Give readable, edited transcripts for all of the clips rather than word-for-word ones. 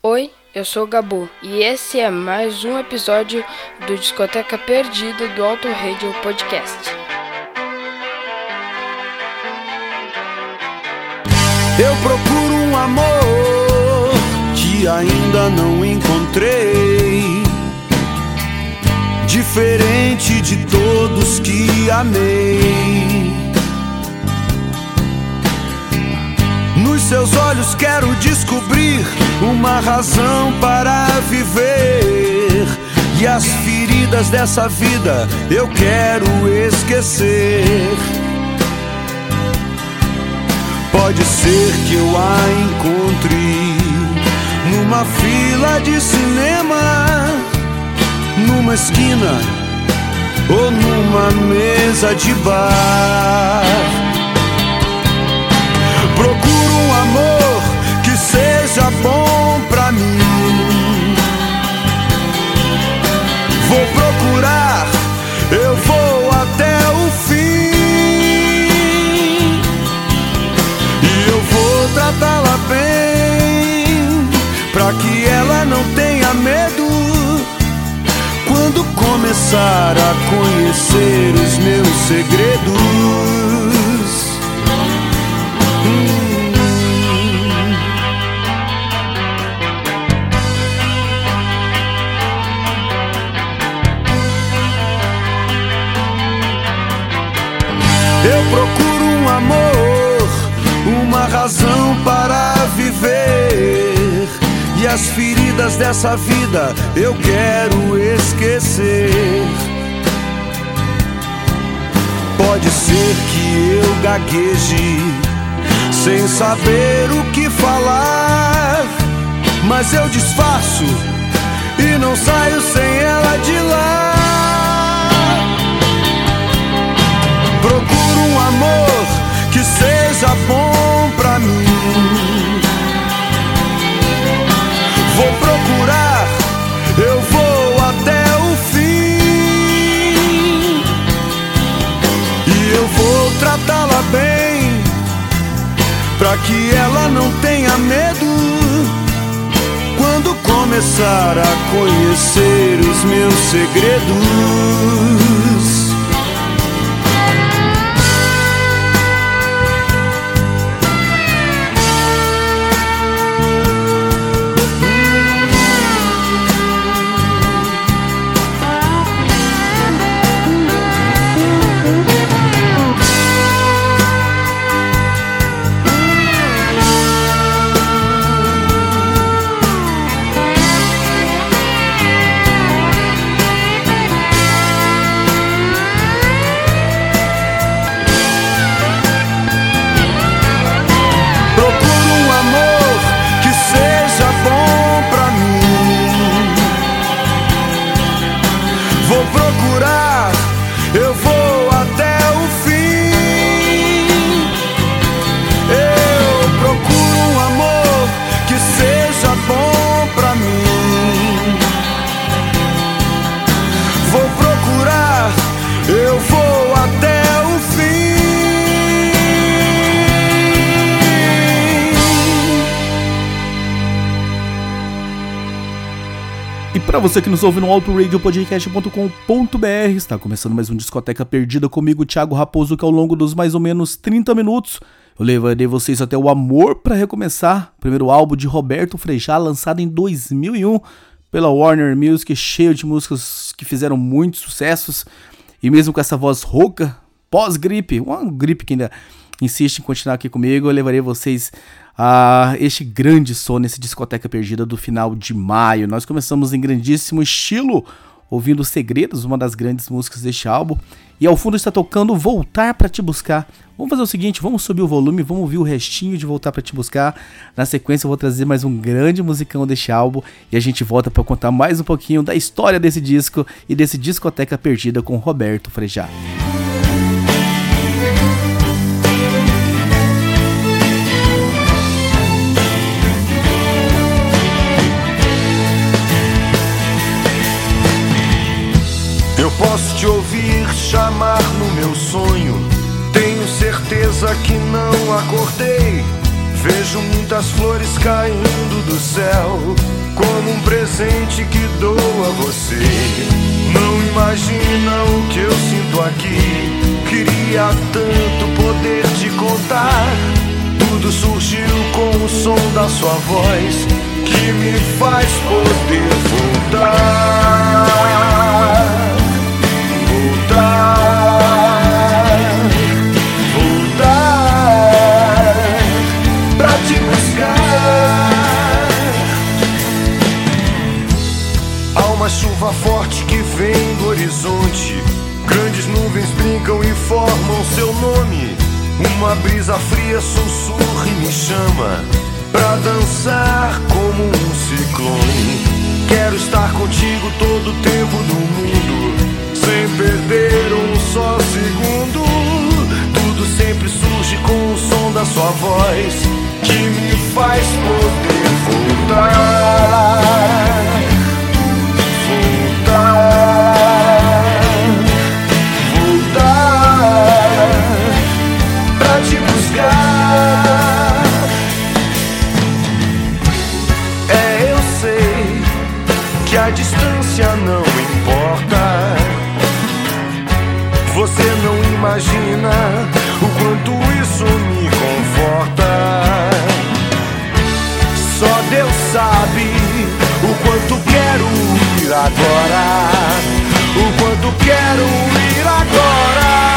Oi, eu sou o Gabu e esse é mais um episódio do Discoteca Perdida do Auto Radio Podcast. Eu procuro um amor que ainda não encontrei, diferente de todos que amei. Nos seus olhos quero descobrir uma razão para viver, e as feridas dessa vida eu quero esquecer. Pode ser que eu a encontre numa fila de cinema, numa esquina ou numa mesa de bar. Procuro um amor que seja bom pra mim. Vou procurar, eu vou até o fim, e eu vou tratá-la bem, pra que ela não tenha medo quando começar a conhecer os meus segredos. Eu procuro um amor, uma razão para viver, e as feridas dessa vida eu quero esquecer. Pode ser que eu gagueje sem saber o que falar, mas eu disfarço e não saio sem ela de lá. Procuro um amor que seja bom pra mim. Vou procurar, eu vou até o fim, e eu vou tratá-la bem, pra que ela não tenha medo quando começar a conhecer os meus segredos. Vou procurar, eu vou até o fim. Eu procuro um amor que seja bom pra mim. Vou procurar, eu vou até o fim. E para você que nos ouve no autoradiopodcast.com.br, está começando mais um Discoteca Perdida comigo, Thiago Raposo, que ao longo dos mais ou menos 30 minutos eu levarei vocês até o Amor para Recomeçar, primeiro álbum de Roberto Frejá, lançado em 2001 pela Warner Music, cheio de músicas que fizeram muitos sucessos, e mesmo com essa voz rouca, pós-gripe, uma gripe que ainda insiste em continuar aqui comigo, eu levarei vocês a este grande som nesse Discoteca Perdida do final de maio. Nós começamos em grandíssimo estilo, ouvindo Segredos, uma das grandes músicas deste álbum, e ao fundo está tocando Voltar Pra Te Buscar. Vamos fazer o seguinte, vamos subir o volume, vamos ouvir o restinho de Voltar Pra Te Buscar. Na sequência eu vou trazer mais um grande musicão deste álbum, e a gente volta para contar mais um pouquinho da história desse disco e desse Discoteca Perdida com Roberto Frejá. Eu posso te ouvir chamar no meu sonho, tenho certeza que não acordei. Vejo muitas flores caindo do céu, como um presente que dou a você. Não imagina o que eu sinto aqui. Queria tanto poder te contar. Tudo surgiu com o som da sua voz, que me faz poder voltar. Voltar pra te buscar. Há uma chuva forte que vem do horizonte. Grandes nuvens brincam e formam seu nome. Uma brisa fria sussurra e me chama pra dançar como um ciclone. Quero estar contigo todo o tempo do mundo, sem perder um só segundo. Tudo sempre surge com o som da sua voz, que me faz poder voltar. Te buscar. Eu sei que a distância não importa. Você não imagina o quanto isso me conforta. Só Deus sabe o quanto quero ir agora, o quanto quero ir agora.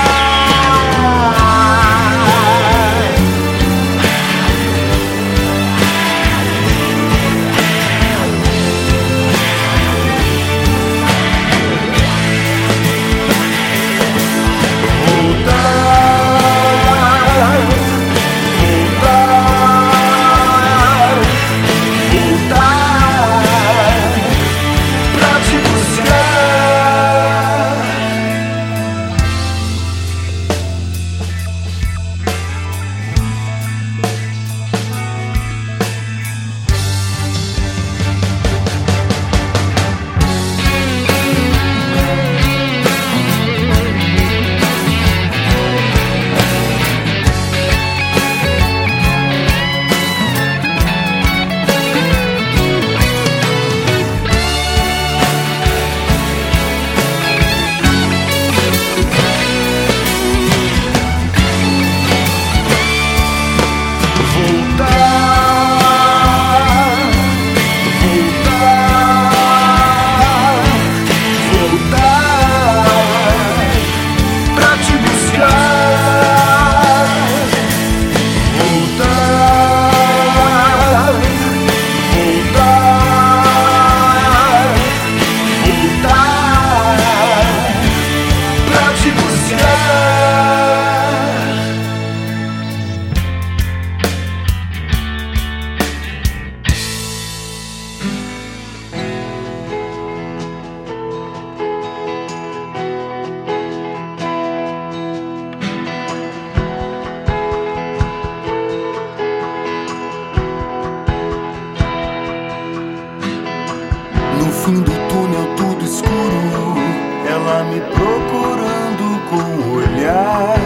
fim do túnel tudo escuro, ela me procurando com o olhar.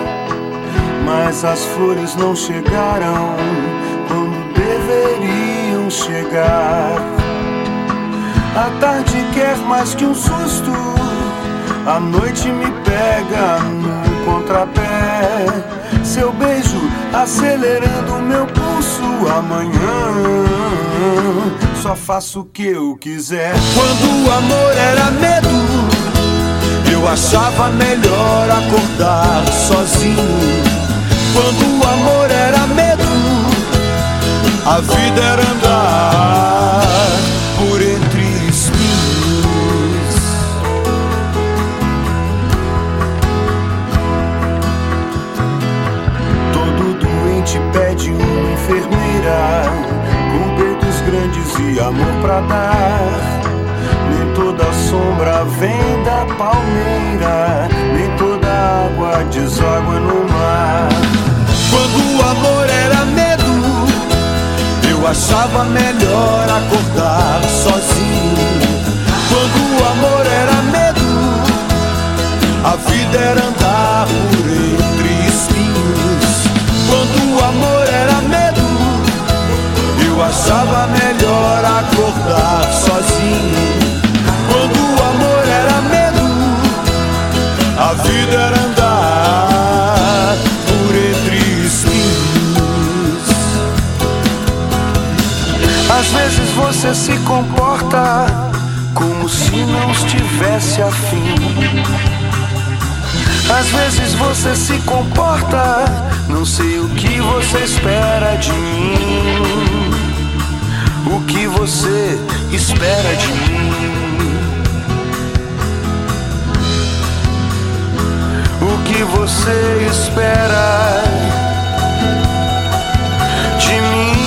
Mas as flores não chegaram quando deveriam chegar. A tarde quer mais que um susto, a noite me pega no contrapé. Seu beijo acelerando meu pulso. Amanhã só faço o que eu quiser. Quando o amor era medo, eu achava melhor acordar sozinho. Quando o amor era medo, a vida era andar por entre espinhos. Todo doente pede uma enfermeira com dedos grandes e amor pra dar. Nem toda sombra vem da palmeira, nem toda água deságua no mar. Quando o amor era medo, eu achava melhor acordar sozinho. Quando o amor era medo, a vida era andar por entre espinhos. Quando o amor era medo, vezes você se comporta como se não estivesse afim. Às vezes você se comporta, não sei o que você espera de mim. O que você espera de mim? O que você espera de mim?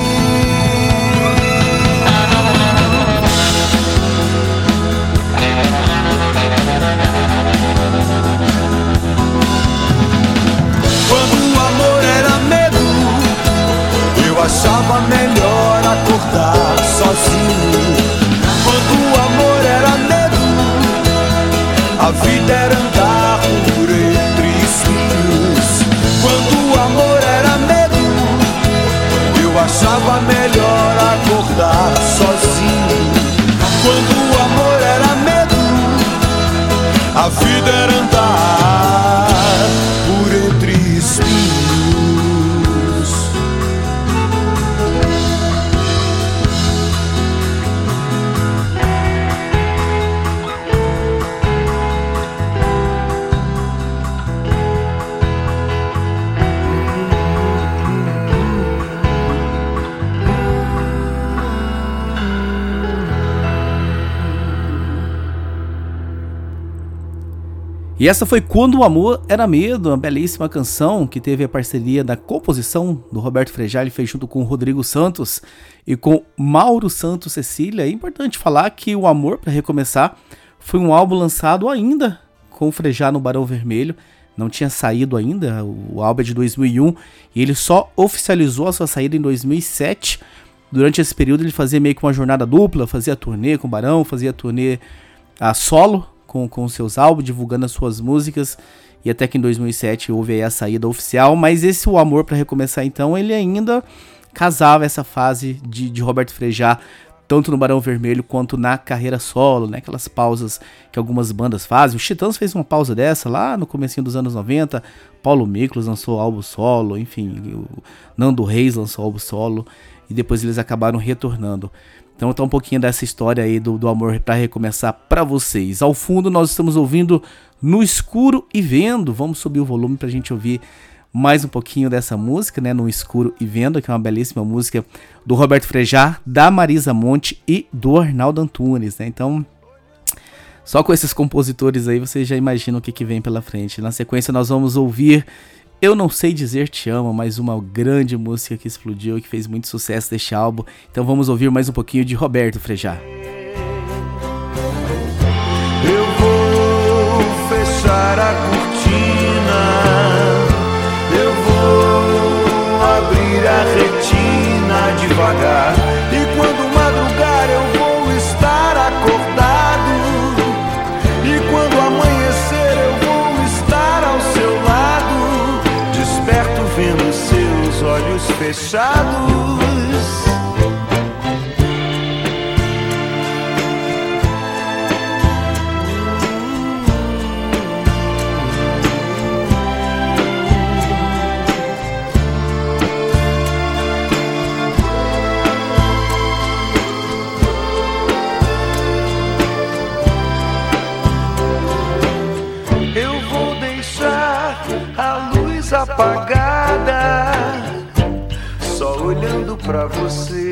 Quando o amor era medo, eu achava melhor acordar sozinho. Quando o amor era medo, a vida era andar por entre espinhos. Quando o amor era medo, eu achava melhor acordar sozinho. Quando o amor era medo, a vida era andar por entre espinhos. E essa foi Quando o Amor Era Medo, uma belíssima canção que teve a parceria da composição do Roberto Frejá. Ele fez junto com o Rodrigo Santos e com Mauro Santos Cecília. É importante falar que o Amor Pra Recomeçar foi um álbum lançado ainda com o Frejá no Barão Vermelho. Não tinha saído ainda, o álbum é de 2001 e ele só oficializou a sua saída em 2007. Durante esse período ele fazia meio que uma jornada dupla, fazia turnê com o Barão, fazia turnê a solo com seus álbuns, divulgando as suas músicas, e até que em 2007 houve aí a saída oficial. Mas esse O Amor Pra Recomeçar, então, ele ainda casava essa fase de Roberto Frejá, tanto no Barão Vermelho quanto na carreira solo, né? Aquelas pausas que algumas bandas fazem. O Titãs fez uma pausa dessa lá no comecinho dos anos 90, Paulo Miklos lançou álbum solo, enfim, o Nando Reis lançou álbum solo, e depois eles acabaram retornando. Então tá um pouquinho dessa história aí do Amor Pra Recomeçar pra vocês. Ao fundo nós estamos ouvindo No Escuro e Vendo. Vamos subir o volume pra gente ouvir mais um pouquinho dessa música, né? No Escuro e Vendo, que é uma belíssima música do Roberto Frejá, da Marisa Monte e do Arnaldo Antunes, né? Então, só com esses compositores aí você já imagina o que vem pela frente. Na sequência nós vamos ouvir Eu Não Sei Dizer Te Amo, mais uma grande música que explodiu e que fez muito sucesso deste álbum. Então vamos ouvir mais um pouquinho de Roberto Frejá. Eu vou fechar a cortina, eu vou abrir a retina devagar, e quando madrugar eu vou estar acordado, e quando amanhecer eu vou estar ao seu lado, desperto vendo seus olhos fechados. Apagada, só olhando pra você,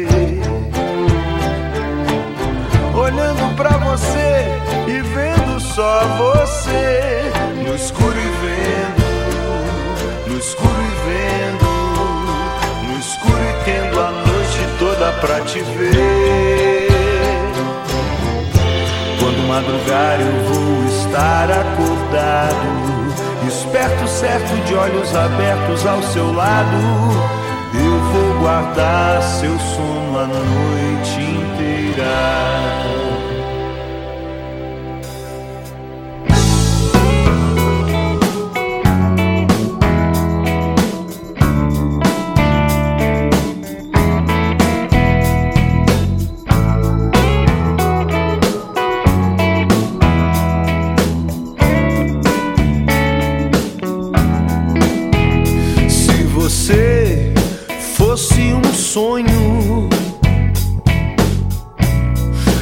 olhando pra você e vendo só você, no escuro e vendo, no escuro e vendo, no escuro e tendo a noite toda pra te ver. Quando madrugar eu vou estar acordado, esperto, certo, de olhos abertos ao seu lado. Eu vou guardar seu sono a noite inteira. Se fosse um sonho,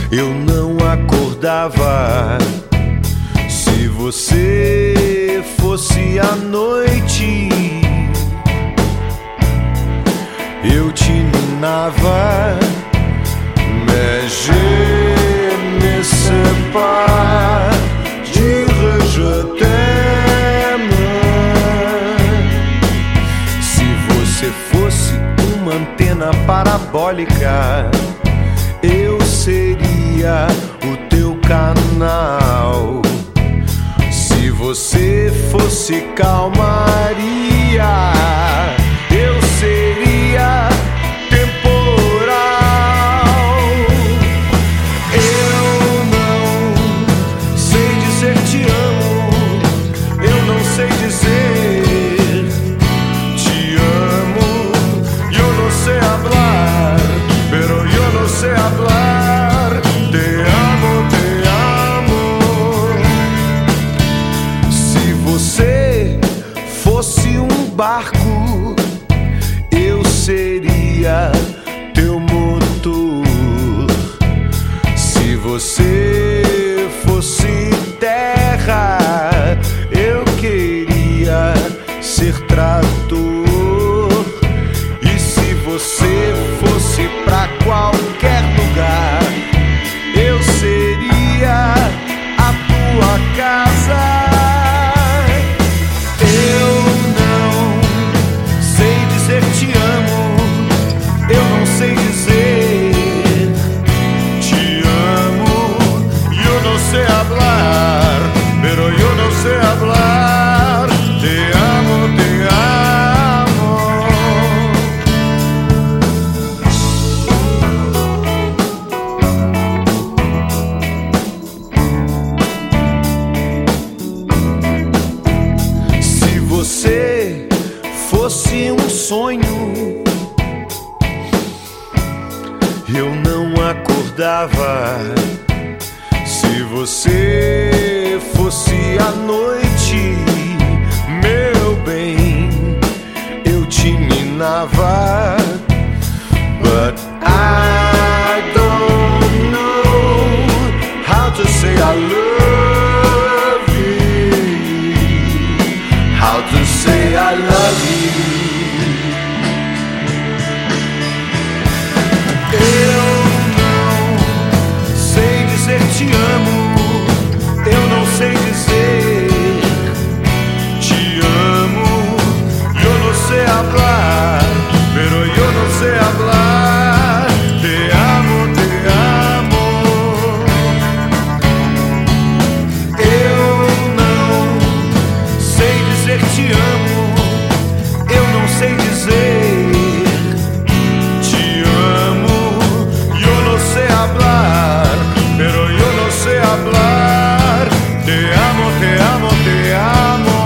eu não acordava. Se você fosse à noite, eu te minava. Mais je ne sais pas dire je t'aime. Se você fosse uma antena parabólica, eu seria o teu canal. Se você fosse calmaria, eu seria temporal. Eu não sei dizer te amo, eu não sei dizer te amo. Eu não sei hablar, pero eu não sei hablar. Te amo, te amo. Se você fosse um barco, eu seria teu motor. Se você fosse terra, eu queria ser trator. E se você fosse pra qualquer lugar, eu seria a tua casa. Eu não sei dizer te amo, eu não sei dizer te amo. Eu não sei hablar, pero eu não sei hablar. Te amo, te amo. Se você fosse um sonho, eu não acordava. Se você fosse à noite, meu bem, eu te minava. But I don't know how to say I love you, how to say I love you. Eu não sei dizer te amo, eu não sei dizer te amo. Eu não sei hablar, pero eu não sei hablar. Te amo, te amo. Eu não sei dizer te amo, eu não sei dizer te amo. Eu não sei hablar, pero eu não sei hablar. Te amo, te amo, te amo.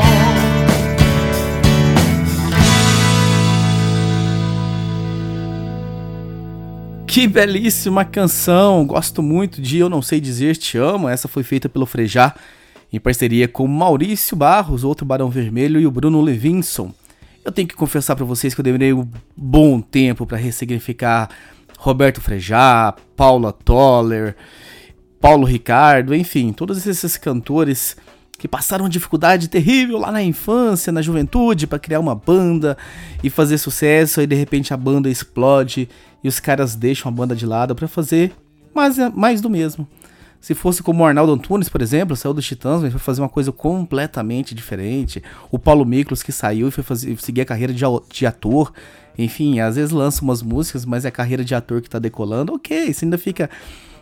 Que belíssima canção, gosto muito de Eu Não Sei Dizer Te Amo. Essa foi feita pelo Frejá em parceria com Maurício Barros, outro Barão Vermelho, e o Bruno Levinson. Eu tenho que confessar pra vocês que eu demorei um bom tempo pra ressignificar Roberto Frejá, Paula Toller, Paulo Ricardo, enfim, todos esses cantores que passaram uma dificuldade terrível lá na infância, na juventude, pra criar uma banda e fazer sucesso. Aí de repente a banda explode e os caras deixam a banda de lado pra fazer mais do mesmo. Se fosse como o Arnaldo Antunes, por exemplo, saiu dos Titãs, mas foi fazer uma coisa completamente diferente. O Paulo Miklos, que saiu e foi seguir a carreira de ator. Enfim, às vezes lança umas músicas, mas é a carreira de ator que tá decolando. Ok, você ainda fica...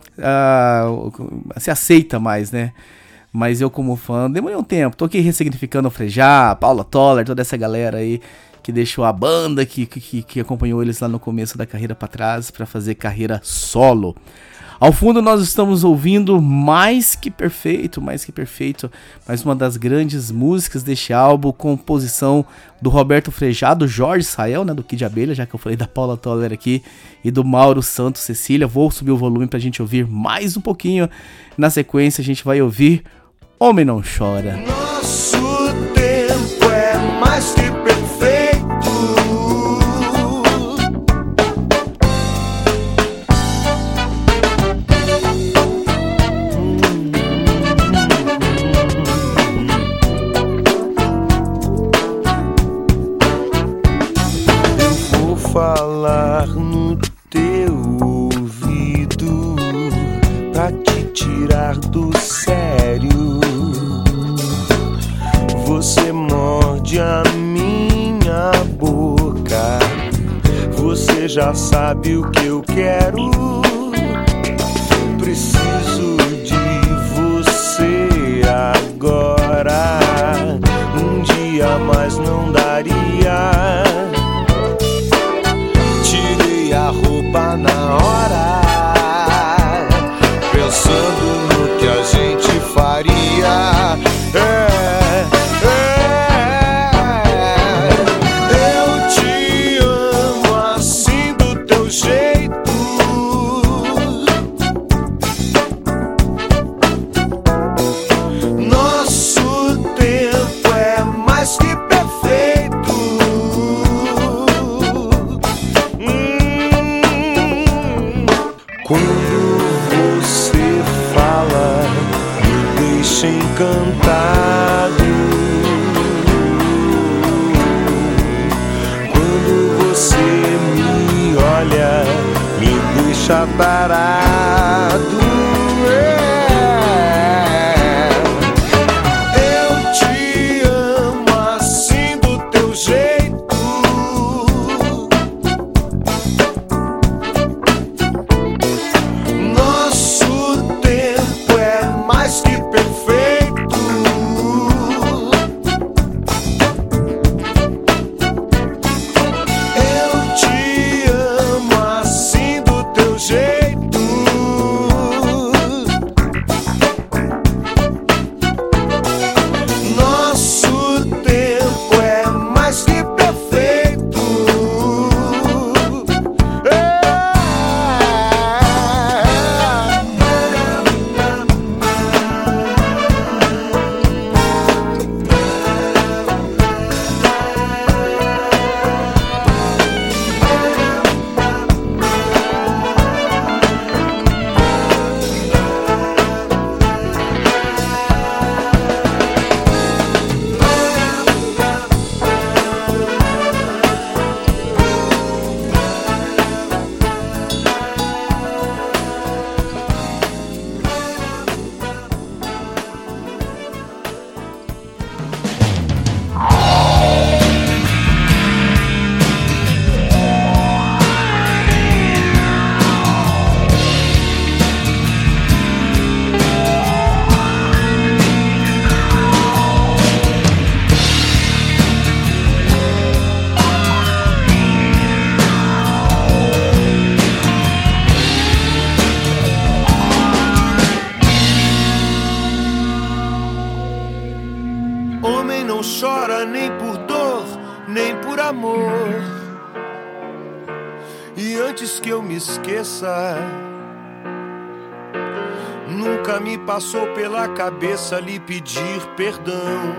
se aceita mais, né? Mas eu, como fã, demorei um tempo. Tô aqui ressignificando o Frejá, Paula Toller, toda essa galera aí que deixou a banda, que acompanhou eles lá no começo da carreira pra trás, pra fazer carreira solo. Ao fundo nós estamos ouvindo Mais Que Perfeito, mais uma das grandes músicas deste álbum, composição do Roberto Frejá, do Jorge Israel, né, do Kid Abelha, já que eu falei da Paula Toller aqui, e do Mauro Santos Cecília. Vou subir o volume pra gente ouvir mais um pouquinho. Na sequência a gente vai ouvir Homem Não Chora. Nosso tempo é mais que perfeito. tirar do sério. Você morde a minha boca. Você já sabe o que eu quero. Preciso de você agora. Um dia mais não daria. Tirei a roupa na hora, pensando no que a gente faria. Eu te amo assim do teu jeito. Nosso tempo é mais que perfeito. Quando você fala, me deixa encantado. Quando você me olha, me deixa parado. Eu te amo assim do teu jeito. Nosso tempo é mais que perfeito. Eu te amo assim do teu jeito. Nosso tempo é mais que perfeito. Homem não chora nem por dor, nem por amor. E antes que eu me esqueça, nunca me passou pela cabeça lhe pedir perdão.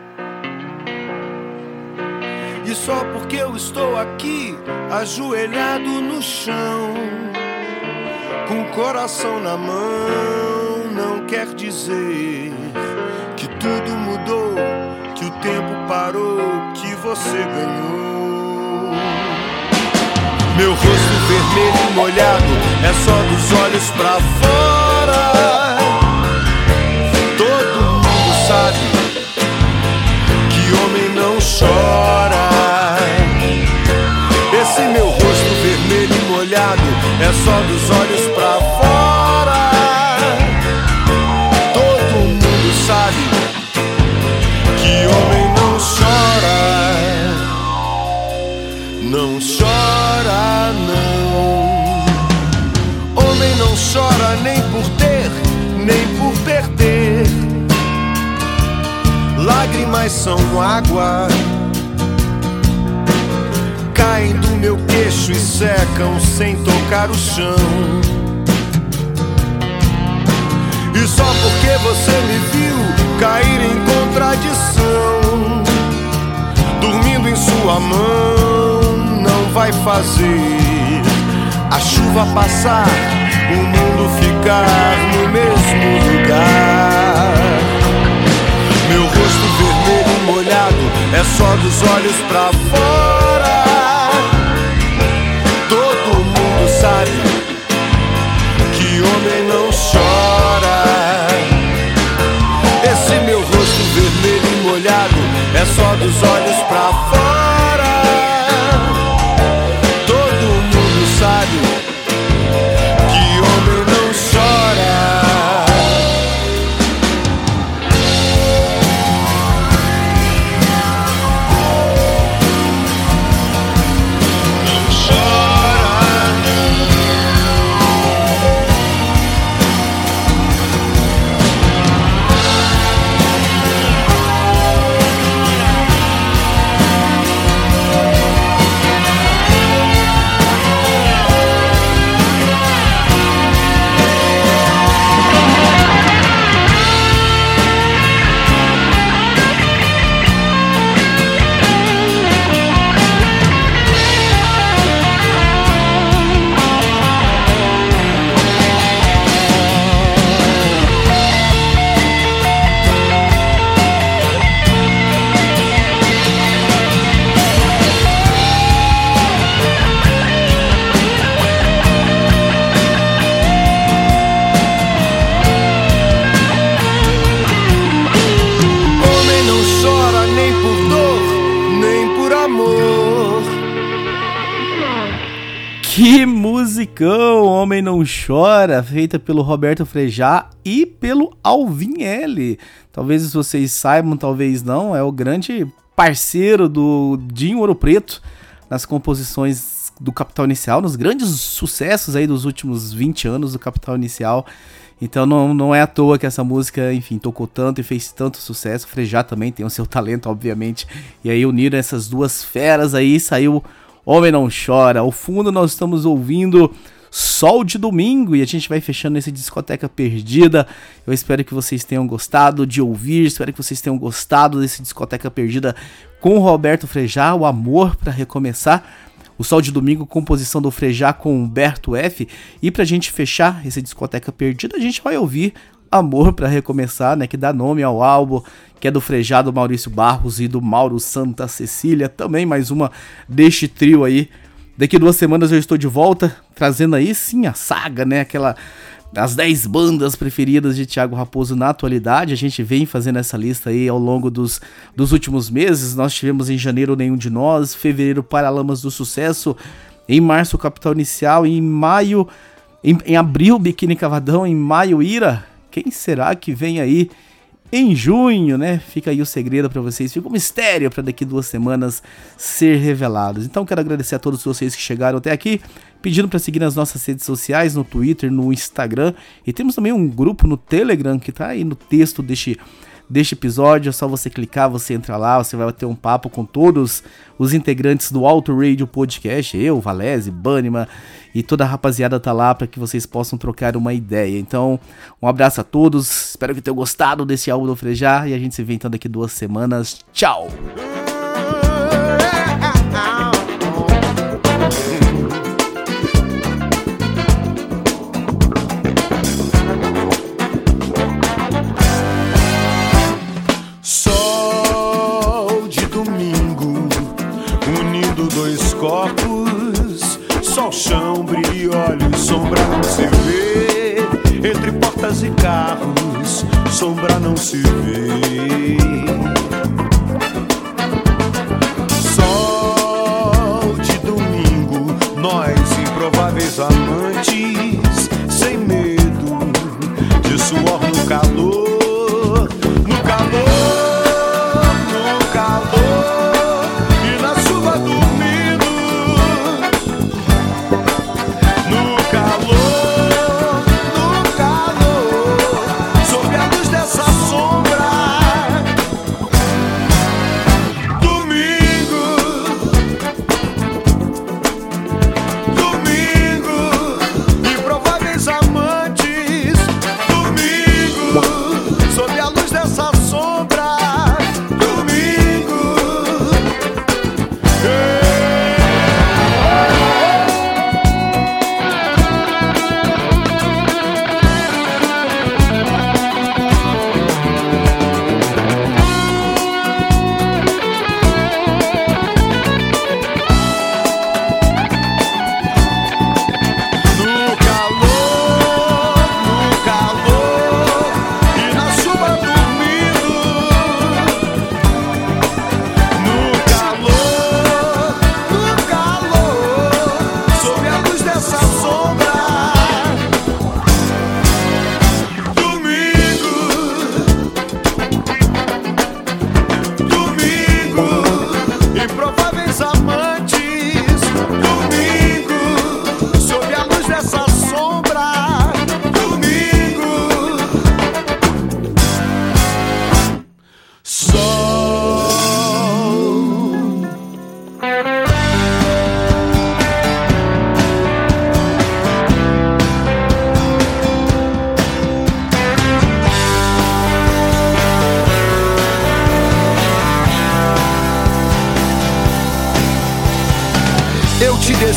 E só porque eu estou aqui, ajoelhado no chão, com o coração na mão, não quer dizer que tudo mudou, que o tempo parou, que você ganhou. Meu rosto vermelho e molhado é só dos olhos pra fora. Todo mundo sabe que homem não chora. Esse meu rosto vermelho e molhado é só dos olhos pra fora. Todo mundo sabe que homem não chora. Não chora, não. Homem não chora nem por ter, nem por perder. Lágrimas são água, caem do meu queixo e secam sem tocar o chão. E só porque você me viu cair em contradição, dormindo em sua mão, não vai fazer a chuva passar, o mundo ficar no mesmo lugar. Meu rosto vermelho e molhado é só dos olhos pra fora. Todo mundo sabe que homem não chora. só dos olhos pra fora. Todo mundo sabe que homem não chora. Que musicão, Homem Não Chora, feita pelo Roberto Frejá e pelo Alvin L. Talvez vocês saibam, talvez não, é o grande parceiro do Dinho Ouro Preto nas composições do Capital Inicial, nos grandes sucessos aí dos últimos 20 anos do Capital Inicial. Então não é à toa que essa música, enfim, tocou tanto e fez tanto sucesso. O Frejá também tem o seu talento, obviamente. E aí uniram essas duas feras aí, saiu Homem Não Chora. Ao fundo nós estamos ouvindo Sol de Domingo e a gente vai fechando esse Discoteca Perdida. Eu espero que vocês tenham gostado de ouvir, espero que vocês tenham gostado desse Discoteca Perdida com o Roberto Frejá, o Amor para Recomeçar. O Sol de Domingo, composição do Frejá com Humberto F. E pra gente fechar esse Discoteca Perdida, a gente vai ouvir Amor para Recomeçar, né, que dá nome ao álbum, que é do Frejá, do Maurício Barros e do Mauro Santa Cecília, também mais uma deste trio aí. Daqui 2 semanas eu estou de volta, trazendo aí sim a saga, né, as 10 bandas preferidas de Thiago Raposo na atualidade. A gente vem fazendo essa lista aí ao longo dos últimos meses. Nós tivemos em janeiro Nenhum de Nós, fevereiro Paralamas do Sucesso, em março Capital Inicial, em maio, em abril Biquíni Cavadão, em maio Ira. Quem será que vem aí em junho, né? Fica aí o segredo pra vocês, fica um mistério pra daqui 2 semanas ser revelados. Então quero agradecer a todos vocês que chegaram até aqui, pedindo pra seguir nas nossas redes sociais, no Twitter, no Instagram, e temos também um grupo no Telegram que tá aí no texto deste episódio. É só você clicar, você entra lá, você vai ter um papo com todos os integrantes do Auto Radio Podcast, eu, Valese, Banima e toda a rapaziada tá lá para que vocês possam trocar uma ideia. Então, um abraço a todos, espero que tenham gostado desse álbum do Frejá e a gente se vê então daqui 2 semanas. Tchau! Corpos, sol, chão, brilho, olhos, sombra não se vê. Entre portas e carros, sombra não se vê. Sol de domingo, nós improváveis amantes, sem medo de suor no calor, no calor.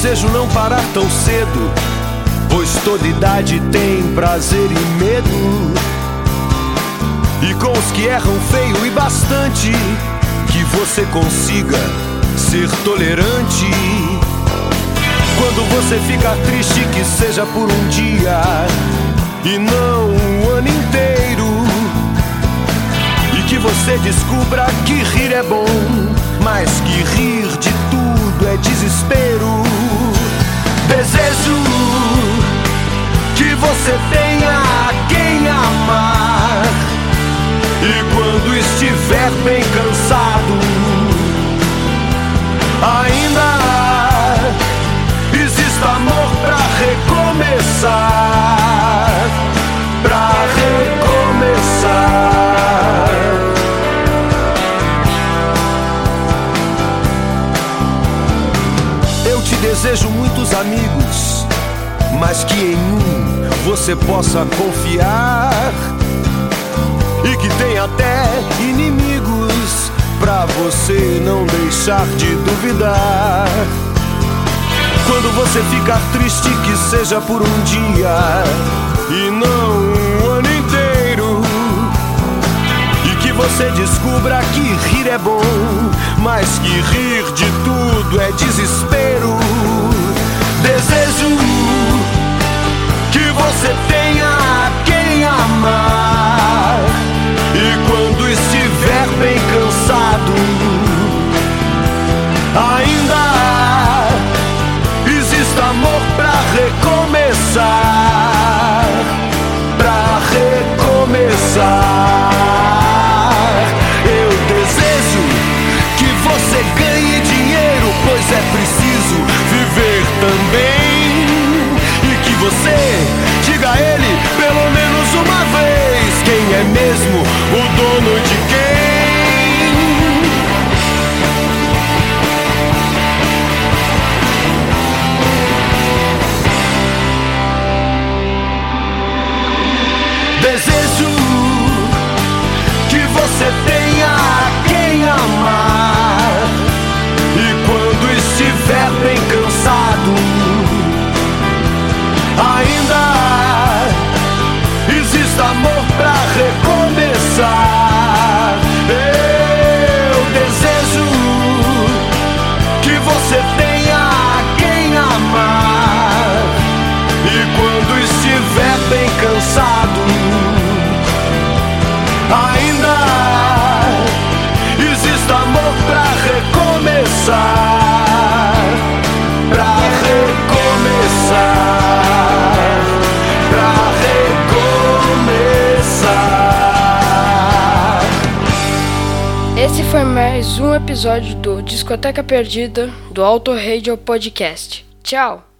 desejo não parar tão cedo, pois toda idade tem prazer e medo. E com os que erram feio e bastante, que você consiga ser tolerante. Quando você ficar triste, que seja por um dia e não um ano inteiro. E que você descubra que rir é bom, mas que rir de tudo é desespero. Desejo que você tenha quem amar, e quando estiver bem cansado, ainda exista amor pra recomeçar, pra recomeçar. Eu te desejo muitos amigos, mas que em um você possa confiar, e que tem até inimigos pra você não deixar de duvidar. Quando você ficar triste, que seja por um dia e não um ano inteiro. E que você descubra que rir é bom, mas que rir de tudo é desespero. Desejo que você tenha quem amar, e quando estiver bem cansado, ainda exista amor pra recomeçar, pra recomeçar. Eu desejo que você ganhe dinheiro, pois é preciso viver também. E que você diga a ele pelo menos uma vez quem é mesmo o dono de quem. Desejo que você tenha quem amar, e quando estiver bem cansado, ainda exista amor pra recomeçar. Eu desejo que você tenha quem amar, e quando estiver bem cansado, ainda existe amor pra recomeçar, pra recomeçar, pra recomeçar. Esse foi mais um episódio do Discoteca Perdida do Auto Radio Podcast. Tchau!